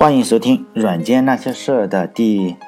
欢迎收听软件那些事儿的第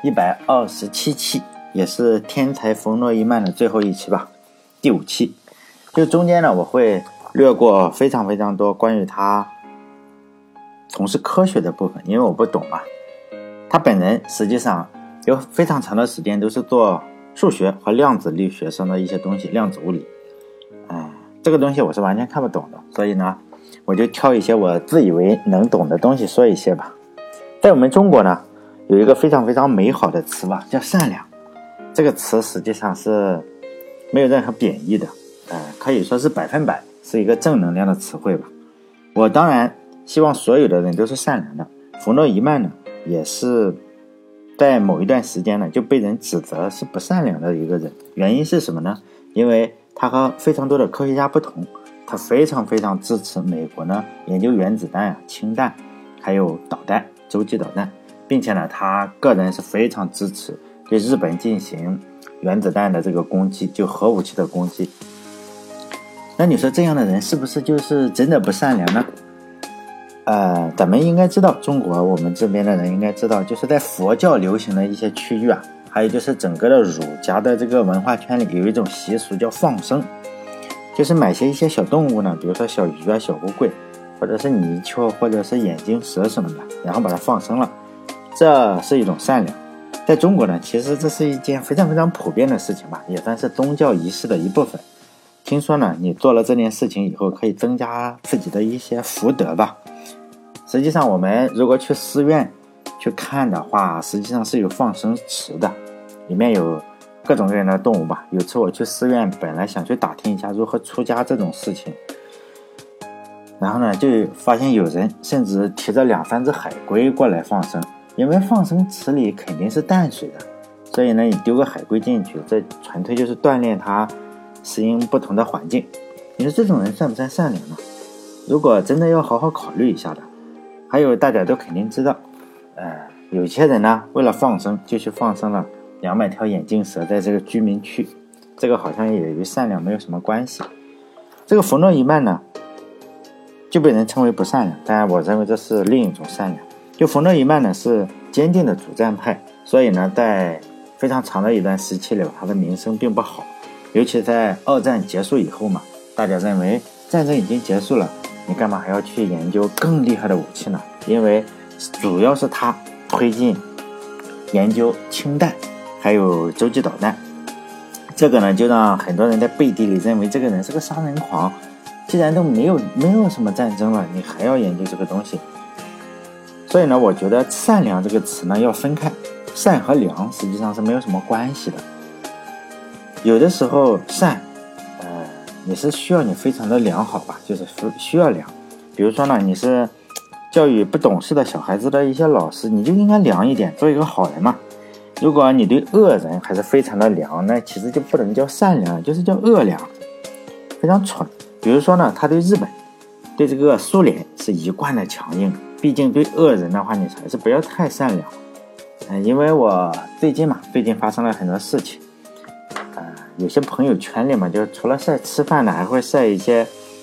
127期，也是天才冯诺依曼的最后一期吧，第5期。就中间呢，我会略过非常多关于他从事科学的部分，因为我不懂嘛。他本人实际上有非常长的时间都是做数学和量子力学上的一些东西，量子物理。这个东西我是完全看不懂的，所以呢，我就挑一些我自以为能懂的东西说一些吧。在我们中国呢，有一个非常美好的词吧，叫善良。这个词实际上是没有任何贬义的，可以说是100%是一个正能量的词汇吧。我当然希望所有的人都是善良的。冯诺依曼呢，也是在某一段时间呢就被人指责是不善良的一个人。原因是什么呢？因为他和非常多的科学家不同，他非常支持美国呢研究原子弹、氢弹还有导弹、洲际导弹，并且呢他个人是非常支持对日本进行原子弹的这个攻击，就核武器的攻击。那你说这样的人是不是就是真的不善良呢？咱们应该知道，中国我们这边的人应该知道，就是在佛教流行的一些区域啊，还有就是整个的儒家的这个文化圈里，有一种习俗叫放生，就是买一些小动物呢，比如说小鱼啊、小乌龟，或者是泥鳅，或者是眼镜蛇什么的，然后把它放生了，这是一种善良。在中国呢，其实这是一件非常普遍的事情吧，也算是宗教仪式的一部分。听说呢，你做了这件事情以后，可以增加自己的一些福德吧。实际上我们如果去寺院去看的话，实际上是有放生池的，里面有各种各样的动物吧。有次我去寺院，本来想去打听一下如何出家这种事情，然后呢就发现有人甚至提着2-3只海龟过来放生，因为放生池里肯定是淡水的，所以呢你丢个海龟进去，这纯粹就是锻炼它适应不同的环境。你说这种人算不算善良呢？如果真的要好好考虑一下的。还有大家都肯定知道，有些人呢为了放生就去放生了200条眼镜蛇在这个居民区，这个好像也与善良没有什么关系。这个冯诺依曼呢就被人称为不善良，当然我认为这是另一种善良。就冯诺依曼呢是坚定的主战派，所以呢在非常长的一段时期里，他的名声并不好。尤其在二战结束以后嘛，大家认为战争已经结束了，你干嘛还要去研究更厉害的武器呢？因为主要是他推进研究氢弹还有洲际导弹，这个呢就让很多人在背地里认为这个人是个杀人狂。既然都没有什么战争了，你还要研究这个东西。所以呢，我觉得善良这个词呢要分开，善和良实际上是没有什么关系的。有的时候善你是需要你非常的良好吧，就是需要良。比如说呢，你是教育不懂事的小孩子的一些老师，你就应该良一点，做一个好人嘛。如果你对恶人还是非常的良，那其实就不能叫善良，就是叫恶良，非常蠢。比如说呢，他对日本对这个苏联是一贯的强硬，毕竟对恶人的话你还是不要太善良。因为我最近发生了很多事情，有些朋友圈里嘛，就除了晒吃饭的，还会晒一些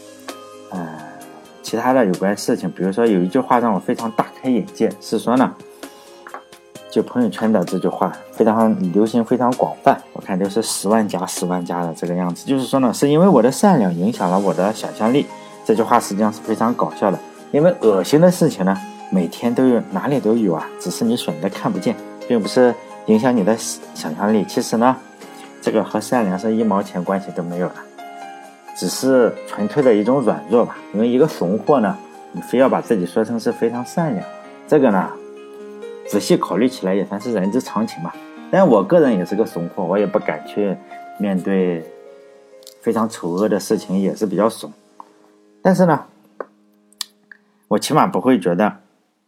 其他的有关事情。比如说有一句话让我非常大开眼界，是说呢，就朋友圈的这句话非常流行，非常广泛，我看都是10万加的这个样子。就是说呢，是因为我的善良影响了我的想象力。这句话实际上是非常搞笑的，因为恶心的事情呢每天都有，哪里都有啊，只是你选择看不见，并不是影响你的想象力。其实呢这个和善良是1毛钱关系都没有的，只是纯粹的一种软弱吧。因为一个怂货呢，你非要把自己说成是非常善良，这个呢仔细考虑起来也算是人之常情吧。但我个人也是个怂货，我也不敢去面对非常丑恶的事情，也是比较怂。但是呢我起码不会觉得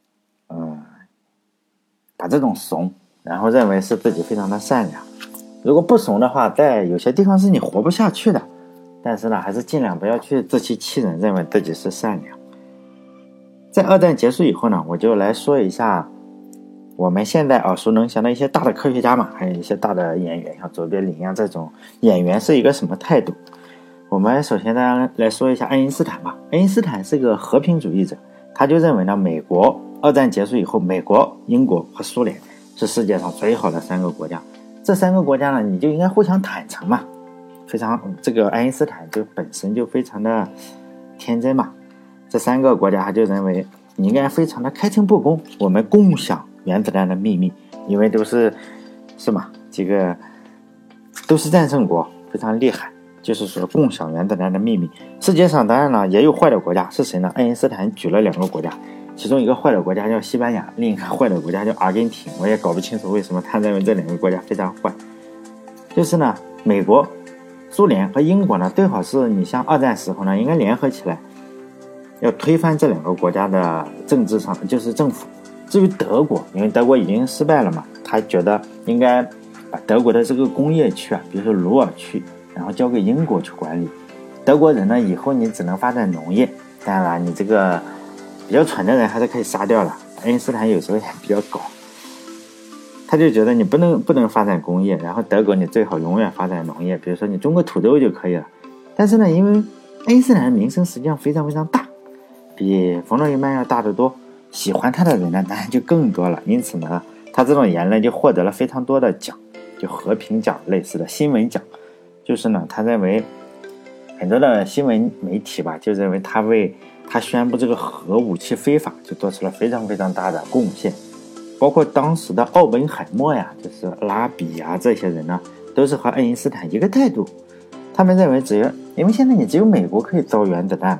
把这种怂然后认为是自己非常的善良。如果不怂的话，在有些地方是你活不下去的。但是呢，还是尽量不要去自欺欺人，认为自己是善良。在二战结束以后呢，我就来说一下我们现在耳熟能详的一些大的科学家嘛，还有一些大的演员，像卓别林啊这种演员是一个什么态度。我们首先来说一下爱因斯坦吧。爱因斯坦是个和平主义者， 他就认为呢，美国二战结束以后，美国、英国和苏联是世界上最好的3个国家。这3个国家呢，你就应该互相坦诚嘛。非常，这个爱因斯坦就本身就非常的天真嘛。这3个国家他就认为你应该非常的开诚布公，我们共享原子弹的秘密，因为都是嘛，这个都是战胜国，非常厉害，就是说共享原子弹的秘密。世界上当然呢也有坏的国家，是谁呢？爱因斯坦举了2个国家，其中一个坏的国家叫西班牙，另一个坏的国家叫阿根廷。我也搞不清楚为什么他认为这2个国家非常坏。就是呢，美国、苏联和英国呢，最好是你像二战时候呢，应该联合起来，要推翻这2个国家的政治上，就是政府。至于德国，因为德国已经失败了嘛，他觉得应该把德国的这个工业区啊，比如说鲁尔区，然后交给英国去管理。德国人呢，以后你只能发展农业，当然了，你这个比较蠢的人还是可以杀掉了。爱因斯坦有时候也比较搞，他就觉得你不能发展工业，然后德国你最好永远发展农业，比如说你种个土豆就可以了。但是呢，因为爱因斯坦的名声实际上非常非常大，比冯诺依曼要大得多，喜欢他的人呢当然就更多了。因此呢，他这种言论就获得了非常多的奖，就和平奖类似的新闻奖。就是呢，他认为很多的新闻媒体吧，就认为他为他宣布这个核武器非法就做出了非常非常大的贡献。包括当时的奥本海默呀，就是拉比啊，这些人呢都是和爱因斯坦一个态度。他们认为因为现在你只有美国可以造原子弹嘛，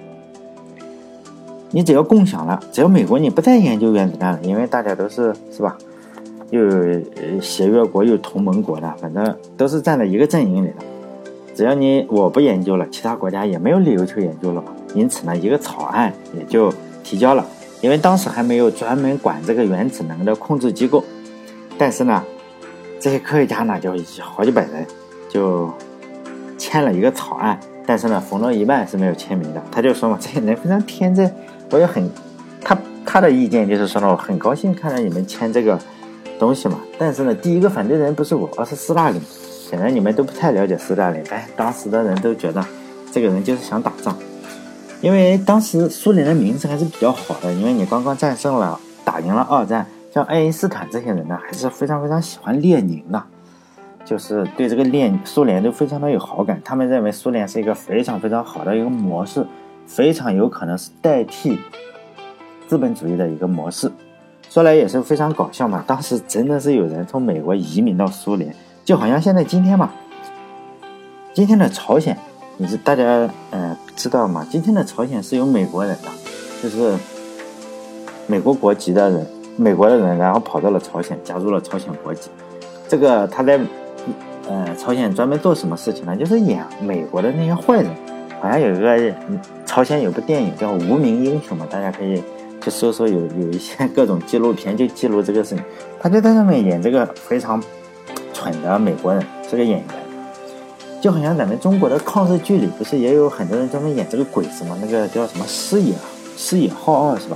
你只要共享了，只要美国你不再研究原子弹了，因为大家都是吧，又有协约国又同盟国的，反正都是站在一个阵营里的。只要我不研究了，其他国家也没有理由去研究了嘛。因此呢，一个草案也就提交了。因为当时还没有专门管这个原子能的控制机构，但是呢，这些科学家呢就好几百人就签了一个草案，但是呢，冯诺依曼是没有签名的。他就说嘛，这些人非常天真，我也很他的意见就是说呢，我很高兴看到你们签这个东西嘛。但是呢，第一个反对人不是我，而是斯大林。显然你们都不太了解斯大林，但当时的人都觉得这个人就是想打仗。因为当时苏联的名声还是比较好的，因为你刚刚战胜了，打赢了二战。像爱因斯坦这些人呢，还是非常非常喜欢列宁的，就是对这个苏联都非常的有好感。他们认为苏联是一个非常非常好的一个模式，非常有可能是代替资本主义的一个模式。说来也是非常搞笑嘛，当时真的是有人从美国移民到苏联，就好像现在今天嘛，今天的朝鲜，大家知道吗？今天的朝鲜是有美国人的，就是美国国籍的人，美国的人，然后跑到了朝鲜，加入了朝鲜国籍。这个他在朝鲜专门做什么事情呢？就是演美国的那些坏人。好像有一个朝鲜有部电影叫《无名英雄》嘛，大家可以去搜搜，有一些各种纪录片就记录这个事情。他就在上面演这个非常蠢的美国人，是个演员。就好像咱们中国的抗日剧里不是也有很多人专门演这个鬼子吗？那个叫什么师野浩二是吧？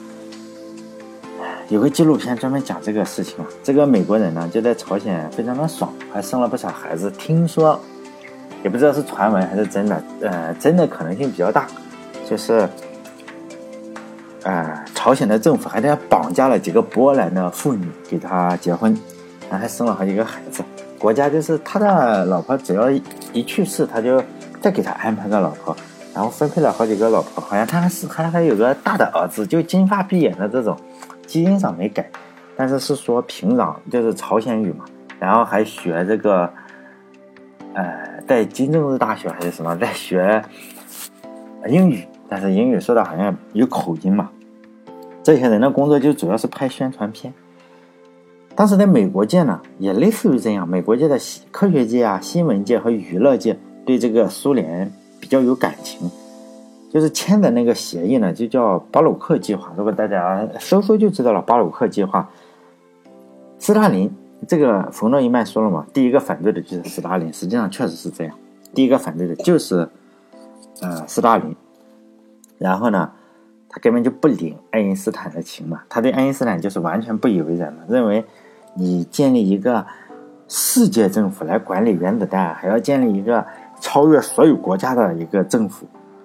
有个纪录片专门讲这个事情嘛。这个美国人呢就在朝鲜非常的爽，还生了不少孩子。听说也不知道是传闻还是真的，真的可能性比较大，就是朝鲜的政府还在绑架了几个波兰的妇女给他结婚，然后还生了好几个孩子。国家就是他的老婆只要一去世，他就再给他安排个老婆，然后分配了好几个老婆。好像他还有个大的儿子，就金发碧眼的这种，基因上没改，但是说平壤就是朝鲜语嘛，然后还学这个在金正日大学还是什么在学英语，但是英语说的好像有口音嘛。这些人的工作就主要是拍宣传片。当时在美国界呢也类似于这样，美国界的科学界啊、新闻界和娱乐界对这个苏联比较有感情，就是签的那个协议呢就叫巴鲁克计划。如果大家搜搜就知道了，巴鲁克计划。斯大林这个冯诺依曼说了嘛，第一个反对的就是斯大林，实际上确实是这样，第一个反对的就是斯大林。然后呢他根本就不领爱因斯坦的情嘛，他对爱因斯坦就是完全不以为然嘛，认为你建立一个世界政府来管理原子弹，还要建立一个超越所有国家的一个政府，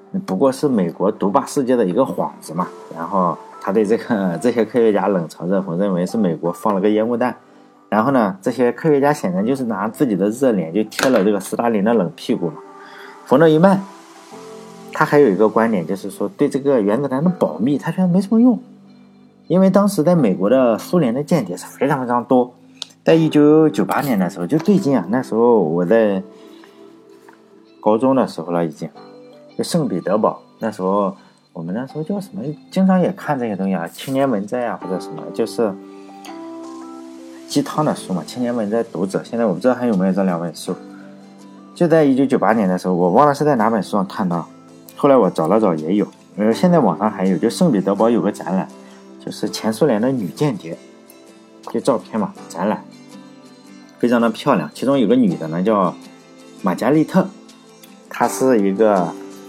不过是美国独霸世界的一个幌子嘛。然后他对这些科学家冷嘲热讽，认为是美国放了个烟雾弹。然后呢，这些科学家显然就是拿自己的热脸就贴了这个斯大林的冷屁股嘛。冯诺依曼他还有一个观点，就是说对这个原子弹的保密他觉得没什么用，因为当时在美国的苏联的间谍是非常非常多。在1998年的时候，就最近啊，那时候我在高中的时候了，已经就圣彼得堡，那时候我们那时候叫什么，经常也看这些东西啊，青年文摘啊或者什么，就是鸡汤的书嘛，青年文摘读者。现在我不知道还有没有这2本书。就在1998年的时候，我忘了是在哪本书上看到，后来我找了找也有，现在网上还有，就圣彼得堡有个展览，就是前苏联的女间谍，就照片嘛，展览非常的漂亮。其中有个女的呢叫玛加丽特，她是一个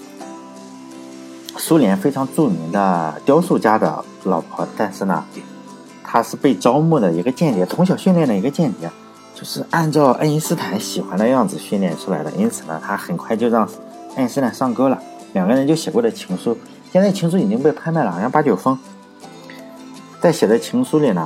苏联非常著名的雕塑家的老婆，但是呢她是被招募的一个间谍，从小训练的一个间谍，就是按照爱因斯坦喜欢的样子训练出来的。因此呢，他很快就让爱因斯坦上钩了，2个人就写过的情书，现在情书已经被拍卖了，好像8、9封。在写的情书里呢，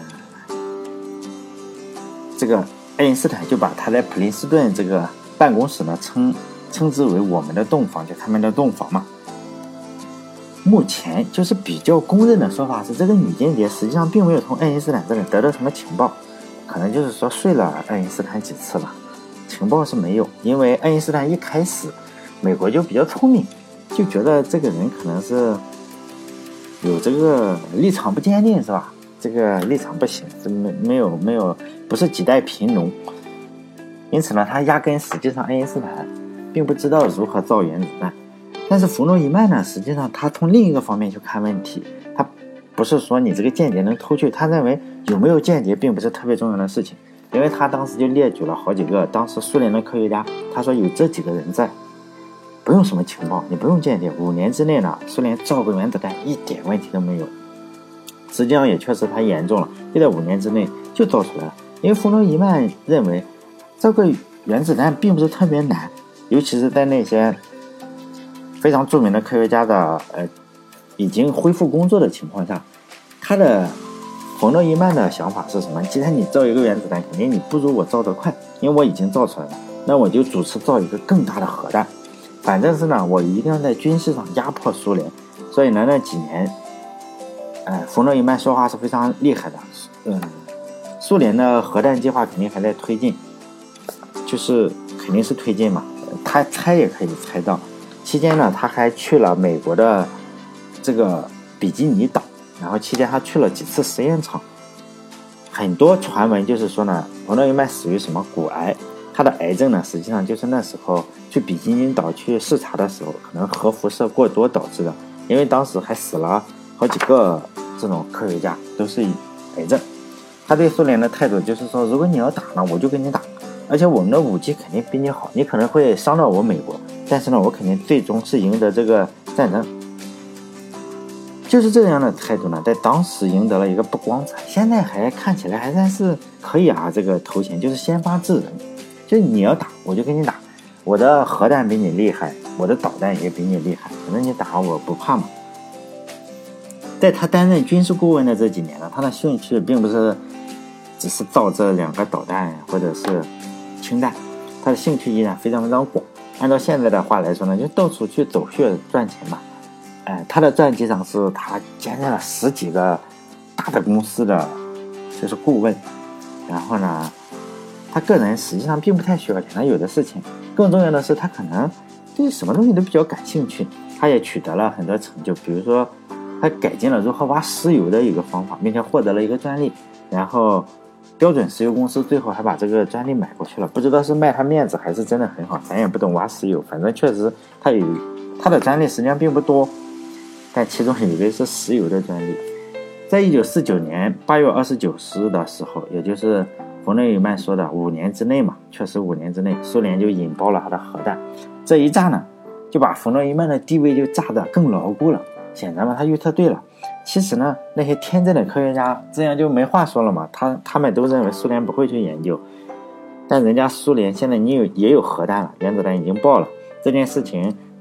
这个爱因斯坦就把他在普林斯顿这个办公室呢称之为我们的洞房，就他们的洞房嘛。目前就是比较公认的说法是，这个女间谍实际上并没有从爱因斯坦这里得到什么情报，可能就是说睡了爱因斯坦几次吧，情报是没有。因为爱因斯坦一开始美国就比较聪明，就觉得这个人可能是有这个立场不坚定，是吧？这个立场不行，没有不是几代贫农。因此呢，他压根实际上爱因斯坦并不知道如何造原子弹。但是冯诺依曼呢，实际上他从另一个方面去看问题，他不是说你这个间谍能偷去，他认为有没有间谍并不是特别重要的事情。因为他当时就列举了好几个当时苏联的科学家，他说有这几个人在，不用什么情报，你不用间谍，5年之内呢，苏联造个原子弹一点问题都没有。实际上也确实太严重了，就在5年之内就造出来了。因为冯诺依曼认为这个原子弹并不是特别难，尤其是在那些非常著名的科学家的已经恢复工作的情况下，冯诺依曼的想法是什么？既然你造一个原子弹，肯定你不如我造得快，因为我已经造出来了，那我就主持造一个更大的核弹。反正是呢，我一定要在军事上压迫苏联。所以呢，那几年，冯诺依曼说话是非常厉害的。苏联的核弹计划肯定还在推进，就是肯定是推进嘛。他猜也可以猜到。期间呢，他还去了美国的这个比基尼岛，然后期间他去了几次实验场。很多传闻就是说呢，冯诺依曼死于什么骨癌，他的癌症呢实际上就是那时候去比基尼岛去视察的时候，可能核辐射过多导致的。因为当时还死了好几个这种科学家，都是癌症。他对苏联的态度就是说，如果你要打呢，我就跟你打，而且我们的武器肯定比你好，你可能会伤到我美国，但是呢，我肯定最终是赢得这个战争。就是这样的态度呢，在当时赢得了一个不光彩，现在还看起来还算是可以啊。这个头衔就是先发制人，就是你要打我就跟你打，我的核弹比你厉害，我的导弹也比你厉害，反正你打我不怕嘛。在他担任军事顾问的这几年呢，他的兴趣并不是只是造这2个导弹或者是氢弹，他的兴趣依然非常非常广。按照现在的话来说呢，就到处去走穴赚钱嘛。他的传记上是他兼任了10几个大的公司的就是顾问。然后呢，他个人实际上并不太需要钱，他有的事情。更重要的是，他可能对什么东西都比较感兴趣，他也取得了很多成就。比如说他改进了如何挖石油的一个方法，并且获得了一个专利，然后标准石油公司最后还把这个专利买过去了。不知道是卖他面子还是真的很好，咱也不懂挖石油，反正确实他的专利实际上并不多，但其中有一个是石油的专利。在1949年8月29日的时候，也就是冯诺依曼说的5年之内嘛，确实5年之内苏联就引爆了他的核弹。这一炸呢，就把冯诺依曼的地位就炸得更牢固了。显然嘛，他预测对了。其实呢，那些天真的科学家这样就没话说了嘛，他们都认为苏联不会去研究，但人家苏联现在也有核弹了，原子弹已经爆了，这件事情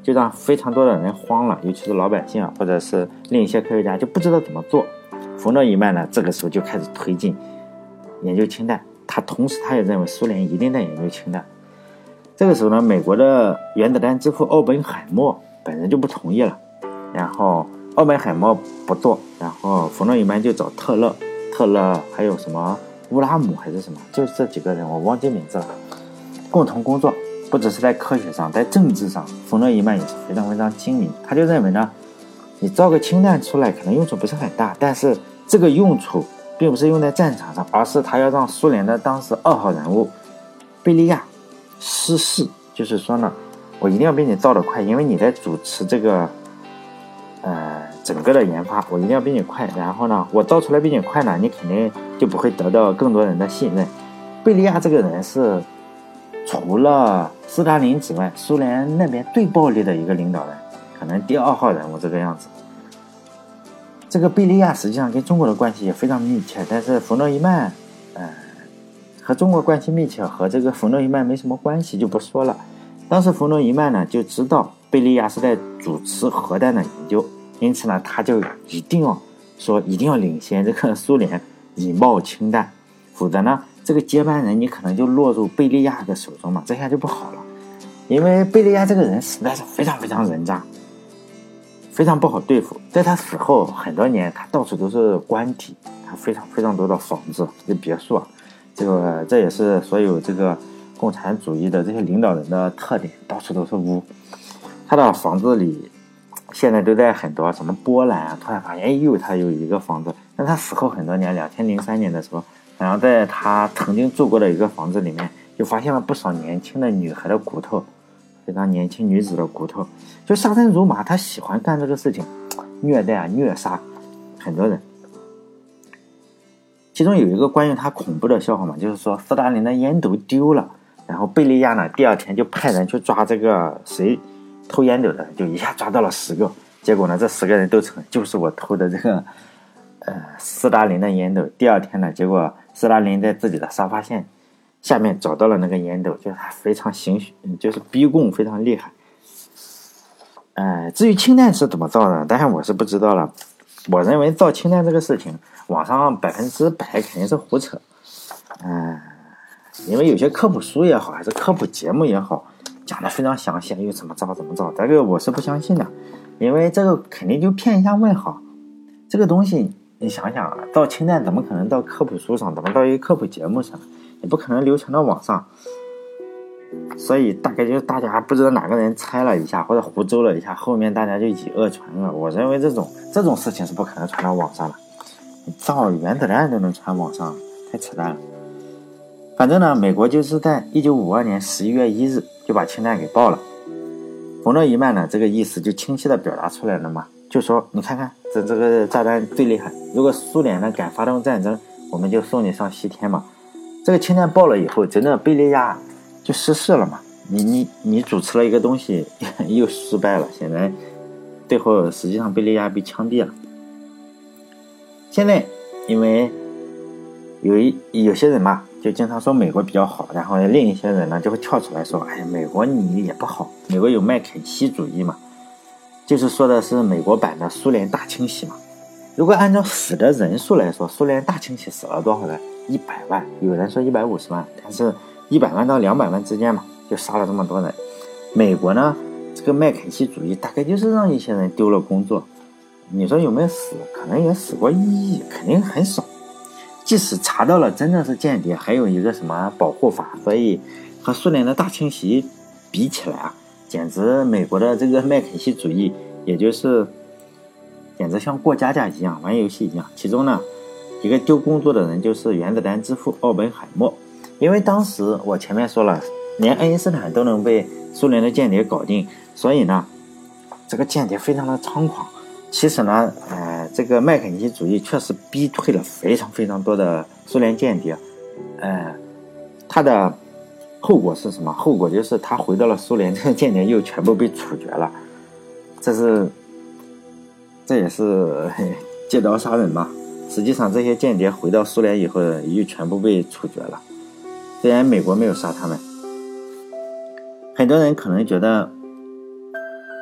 就让非常多的人慌了，尤其是老百姓啊，或者是另一些科学家就不知道怎么做。冯诺依曼呢，这个时候就开始推进研究氢弹，同时他也认为苏联一定在研究氢弹。这个时候呢，美国的原子弹之父奥本海默本人就不同意了，然后奥本海默不做，然后冯诺依曼就找特勒还有什么乌拉姆还是什么，就这几个人我忘记名字了，共同工作。不只是在科学上，在政治上，冯诺依曼也是非常非常精明。他就认为呢，你造个氢弹出来可能用处不是很大，但是这个用处并不是用在战场上，而是他要让苏联的当时2号人物贝利亚失势，就是说呢，我一定要比你造得快，因为你在主持这个整个的研发，我一定要比你快。然后呢，我造出来比你快呢，你肯定就不会得到更多人的信任。贝利亚这个人是除了斯大林之外，苏联那边最暴力的一个领导人，可能第2号人物这个样子。这个贝利亚实际上跟中国的关系也非常密切，但是冯诺依曼，和中国关系密切，和这个冯诺依曼没什么关系，就不说了。当时冯诺依曼呢就知道贝利亚是在主持核弹的研究，因此呢他就一定要领先这个苏联引爆氢弹，否则呢这个接班人你可能就落入贝利亚的手中嘛，这下就不好了。因为贝利亚这个人实在是非常非常人渣，非常不好对付。在他死后很多年，他到处都是官邸，他非常非常多的房子，这别墅啊，这也是所有这个共产主义的这些领导人的特点，到处都是屋。他的房子里现在都在很多什么波兰啊，突然发现他有一个房子。但他死后很多年，2003年的时候，然后在他曾经住过的一个房子里面，就发现了不少年轻的女孩的骨头，非常年轻女子的骨头，就杀人如麻。他喜欢干这个事情，虐待虐杀很多人。其中有一个关于他恐怖的笑话嘛，就是说斯大林的烟斗丢了，然后贝利亚呢第2天就派人去抓这个谁偷烟斗的，就一下抓到了10个。结果呢这10个人都承认就是我偷的这个斯大林的烟斗。第2天呢，结果斯大林在自己的沙发线下面找到了那个烟斗，就是他非常就是逼供非常厉害。至于氢弹是怎么造的，当然我是不知道了。我认为造氢弹这个事情，网上100%肯定是胡扯。因为有些科普书也好，还是科普节目也好，讲的非常详细，又怎么造，这个我是不相信的，因为这个肯定就骗一下问号。这个东西你想想啊，造氢弹怎么可能到科普书上，怎么到一个科普节目上，也不可能流传到网上。所以大概就是大家不知道哪个人猜了一下或者胡诌了一下，后面大家就以讹传讹。我认为这种事情是不可能传到网上了，你造原子弹都能传网上，太扯淡了。反正呢，美国就是在1952年11月1日就把氢弹给爆了。冯诺依曼呢这个意思就清晰的表达出来了嘛，就说你看看这个炸弹最厉害，如果苏联呢敢发动战争，我们就送你上西天嘛。这个氢弹爆了以后，真的贝利亚就失势了嘛，你主持了一个东西又失败了，现在最后实际上贝利亚被枪毙了。现在因为有些人嘛就经常说美国比较好，然后另一些人呢就会跳出来说，哎呀，美国你也不好，美国有麦肯锡主义嘛，就是说的是美国版的苏联大清洗嘛。如果按照死的人数来说，苏联大清洗死了多少人？100万，有人说150万，但是100万到200万之间嘛，就杀了这么多人。美国呢，这个麦肯锡主义大概就是让一些人丢了工作。你说有没有死？可能也死过1亿，肯定很少。即使查到了真的是间谍，还有一个什么保护法，所以和苏联的大清洗比起来啊，简直美国的这个麦肯锡主义，也就是简直像过家家一样，玩游戏一样。其中呢，一个丢工作的人就是原子弹之父奥本海默。因为当时我前面说了，连爱因斯坦都能被苏联的间谍搞定，所以呢这个间谍非常的猖狂。其实呢这个麦肯锡主义确实逼退了非常非常多的苏联间谍。他的后果是什么？后果就是他回到了苏联，这个间谍又全部被处决了。这也是借刀杀人嘛。实际上这些间谍回到苏联以后又全部被处决了，虽然美国没有杀他们。很多人可能觉得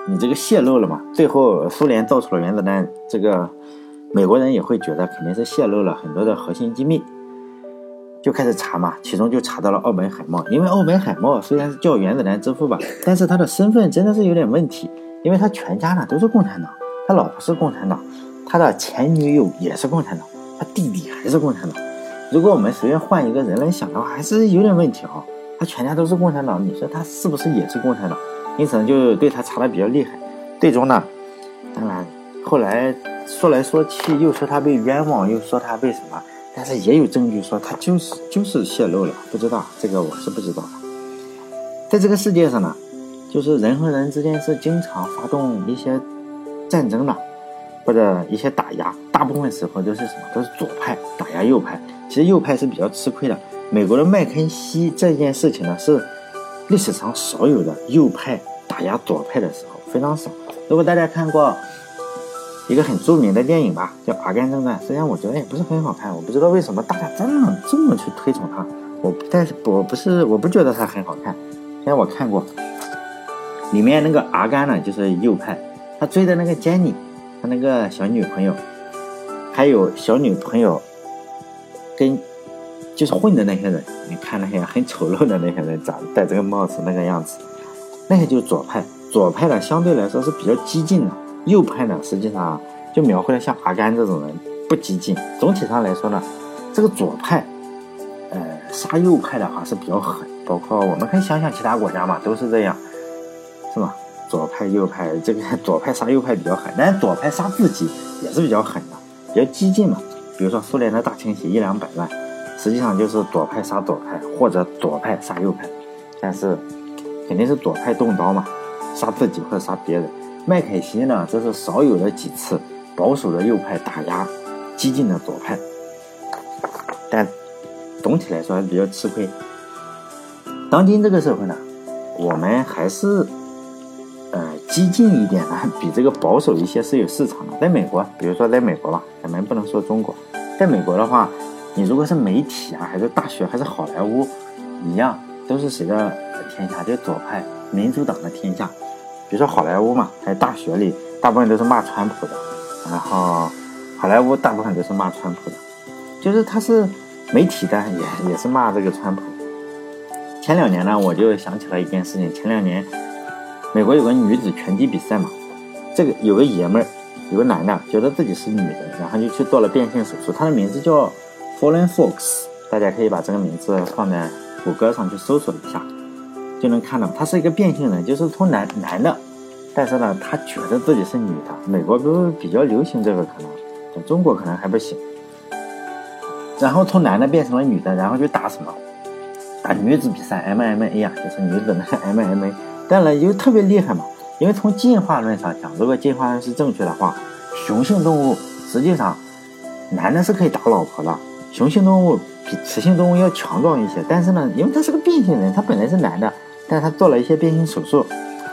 你这个泄露了嘛，最后苏联造出了原子弹，这个美国人也会觉得肯定是泄露了很多的核心机密，就开始查嘛，其中就查到了奥本海默。因为奥本海默虽然是叫原子弹之父吧，但是他的身份真的是有点问题，因为他全家呢都是共产党，他老婆是共产党，他的前女友也是共产党，他弟弟还是共产党。如果我们随便换一个人来想的话，还是有点问题啊。他全家都是共产党，你说他是不是也是共产党？因此呢，就对他查的比较厉害。最终呢，当然后来说来说去，又说他被冤枉，又说他被什么，但是也有证据说他就是泄露了，不知道这个我是不知道的。在这个世界上呢，就是人和人之间是经常发动一些战争的，或者一些打压，大部分时候都是什么？都是左派打压右派。其实右派是比较吃亏的。美国的麦肯锡这件事情呢，是历史上少有的右派打压左派的时候，非常少。如果大家看过一个很著名的电影吧，叫《阿甘正传》，虽然我觉得也不是很好看，我不知道为什么大家这么去推崇它。但是我不觉得它很好看。虽然我看过，里面那个阿甘呢就是右派，他追的那个 Jenny， 他那个小女朋友，还有小女朋友跟就是混的那些人，你看那些很丑陋的那些人，戴这个帽子那个样子，那些就是左派。左派呢相对来说是比较激进的，右派呢实际上就描绘了像阿甘这种人不激进。总体上来说呢，这个左派杀右派的话是比较狠，包括我们可以想想其他国家嘛，都是这样，是吧？左派右派，这个左派杀右派比较狠，但是左派杀自己也是比较狠的，比较激进嘛。比如说苏联的大清洗100-200万，实际上就是左派杀左派，或者左派杀右派，但是肯定是左派动刀嘛，杀自己或者杀别人。麦肯锡呢，这是少有的几次保守的右派打压激进的左派，但总体来说还是比较吃亏。当今这个社会呢，我们还是激进一点呢，比这个保守一些是有市场的。在美国，比如说在美国吧，咱们不能说中国，在美国的话，你如果是媒体啊，还是大学，还是好莱坞一样，都是谁的天下？就是左派民主党的天下。比如说好莱坞嘛，还有大学里大部分都是骂川普的，然后好莱坞大部分都是骂川普的，就是他是媒体的也是骂这个川普。前2年呢，我就想起了一件事情。前2年美国有个女子拳击比赛嘛，这个有个爷们儿，有个男的觉得自己是女的，然后就去做了变性手术。他的名字叫 Fallen Fox， 大家可以把这个名字放在谷歌上去搜索一下，就能看到他是一个变性人，就是从男的，但是呢他觉得自己是女的。美国都比较流行这个，可能在中国可能还不行。然后从男的变成了女的，然后就打什么？打女子比赛 MMA 呀，就是女子的 MMA。当然又特别厉害嘛，因为从进化论上讲，如果进化论是正确的话，雄性动物实际上男的是可以打老婆的，雄性动物比雌性动物要强壮一些。但是呢，因为他是个变性人，他本来是男的，但他做了一些变性手术，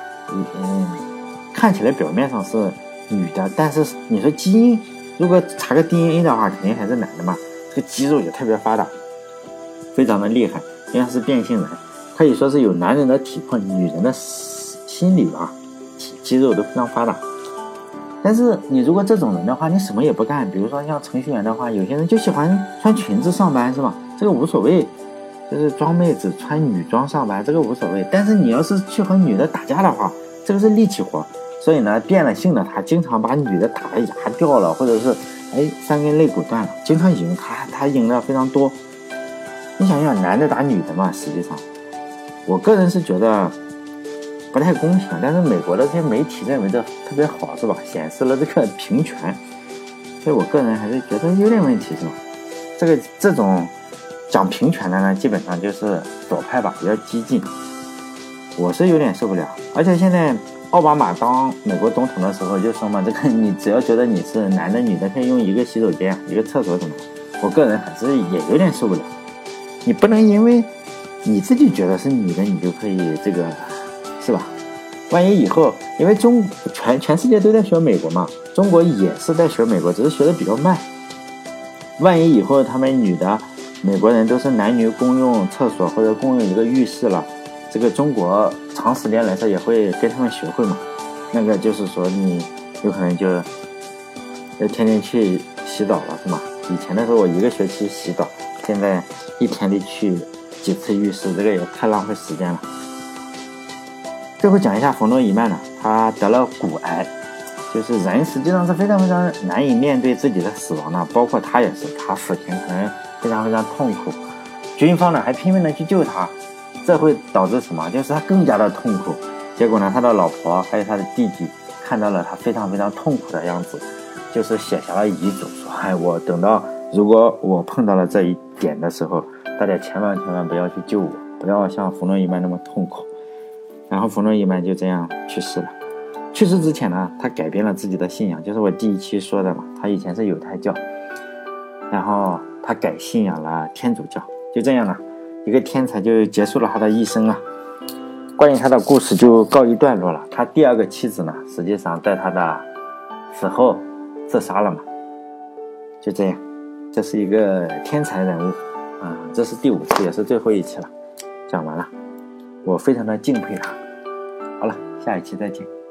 看起来表面上是女的，但是你说基因如果查个 DNA 的话，肯定还是男的嘛。这个肌肉也特别发达，非常的厉害，因为他是变性人，可以说是有男人的体魄，女人的心理啊，肌肉都非常发达。但是你如果这种人的话，你什么也不干，比如说像程序员的话，有些人就喜欢穿裙子上班，是吧？这个无所谓，就是装妹子穿女装上班，这个无所谓。但是你要是去和女的打架的话，这个是力气活，所以呢，变了性的他经常把女的打得牙掉了，或者是3根肋骨断了，经常赢，他赢的非常多。你想想，男的打女的嘛，实际上我个人是觉得不太公平，但是美国的这些媒体认为这特别好，是吧？显示了这个平权，所以我个人还是觉得有点问题，是吧？这种讲平权的呢，基本上就是左派吧，比较激进，我是有点受不了。而且现在奥巴马当美国总统的时候就说嘛，这个你只要觉得你是男的女的，可以用一个洗手间一个厕所什么的，我个人还是也有点受不了。你不能因为你自己觉得是女的，你就可以这个，是吧？万一以后，因为全世界都在学美国嘛，中国也是在学美国，只是学的比较慢。万一以后他们女的美国人都是男女共用厕所或者共用一个浴室了，这个中国长时间来说也会跟他们学会嘛。 那个就是说你有可能就要天天去洗澡了，是吗？以前的时候我一个学期洗澡，现在一天得去几次浴室，这个也太浪费时间了。最后讲一下冯诺依曼呢，他得了骨癌，就是人实际上是非常非常难以面对自己的死亡的，包括他也是，他死前可能非常非常痛苦，军方呢还拼命的去救他，这会导致什么？就是他更加的痛苦。结果呢，他的老婆还有他的弟弟看到了他非常非常痛苦的样子，就是写下了遗嘱，说我等到如果我碰到了这一点的时候，大家千万不要去救我，不要像冯诺依曼那么痛苦。然后冯诺依曼就这样去世了。去世之前呢，他改变了自己的信仰，就是我第一期说的嘛，他以前是犹太教，然后他改信仰了天主教。就这样呢，一个天才就结束了他的一生啊。关于他的故事就告一段落了。他第二个妻子呢，实际上在他的死后自杀了嘛。就这样，这是一个天才人物啊，这是第5次，也是最后一期了，讲完了。我非常的敬佩他。好了，下一期再见。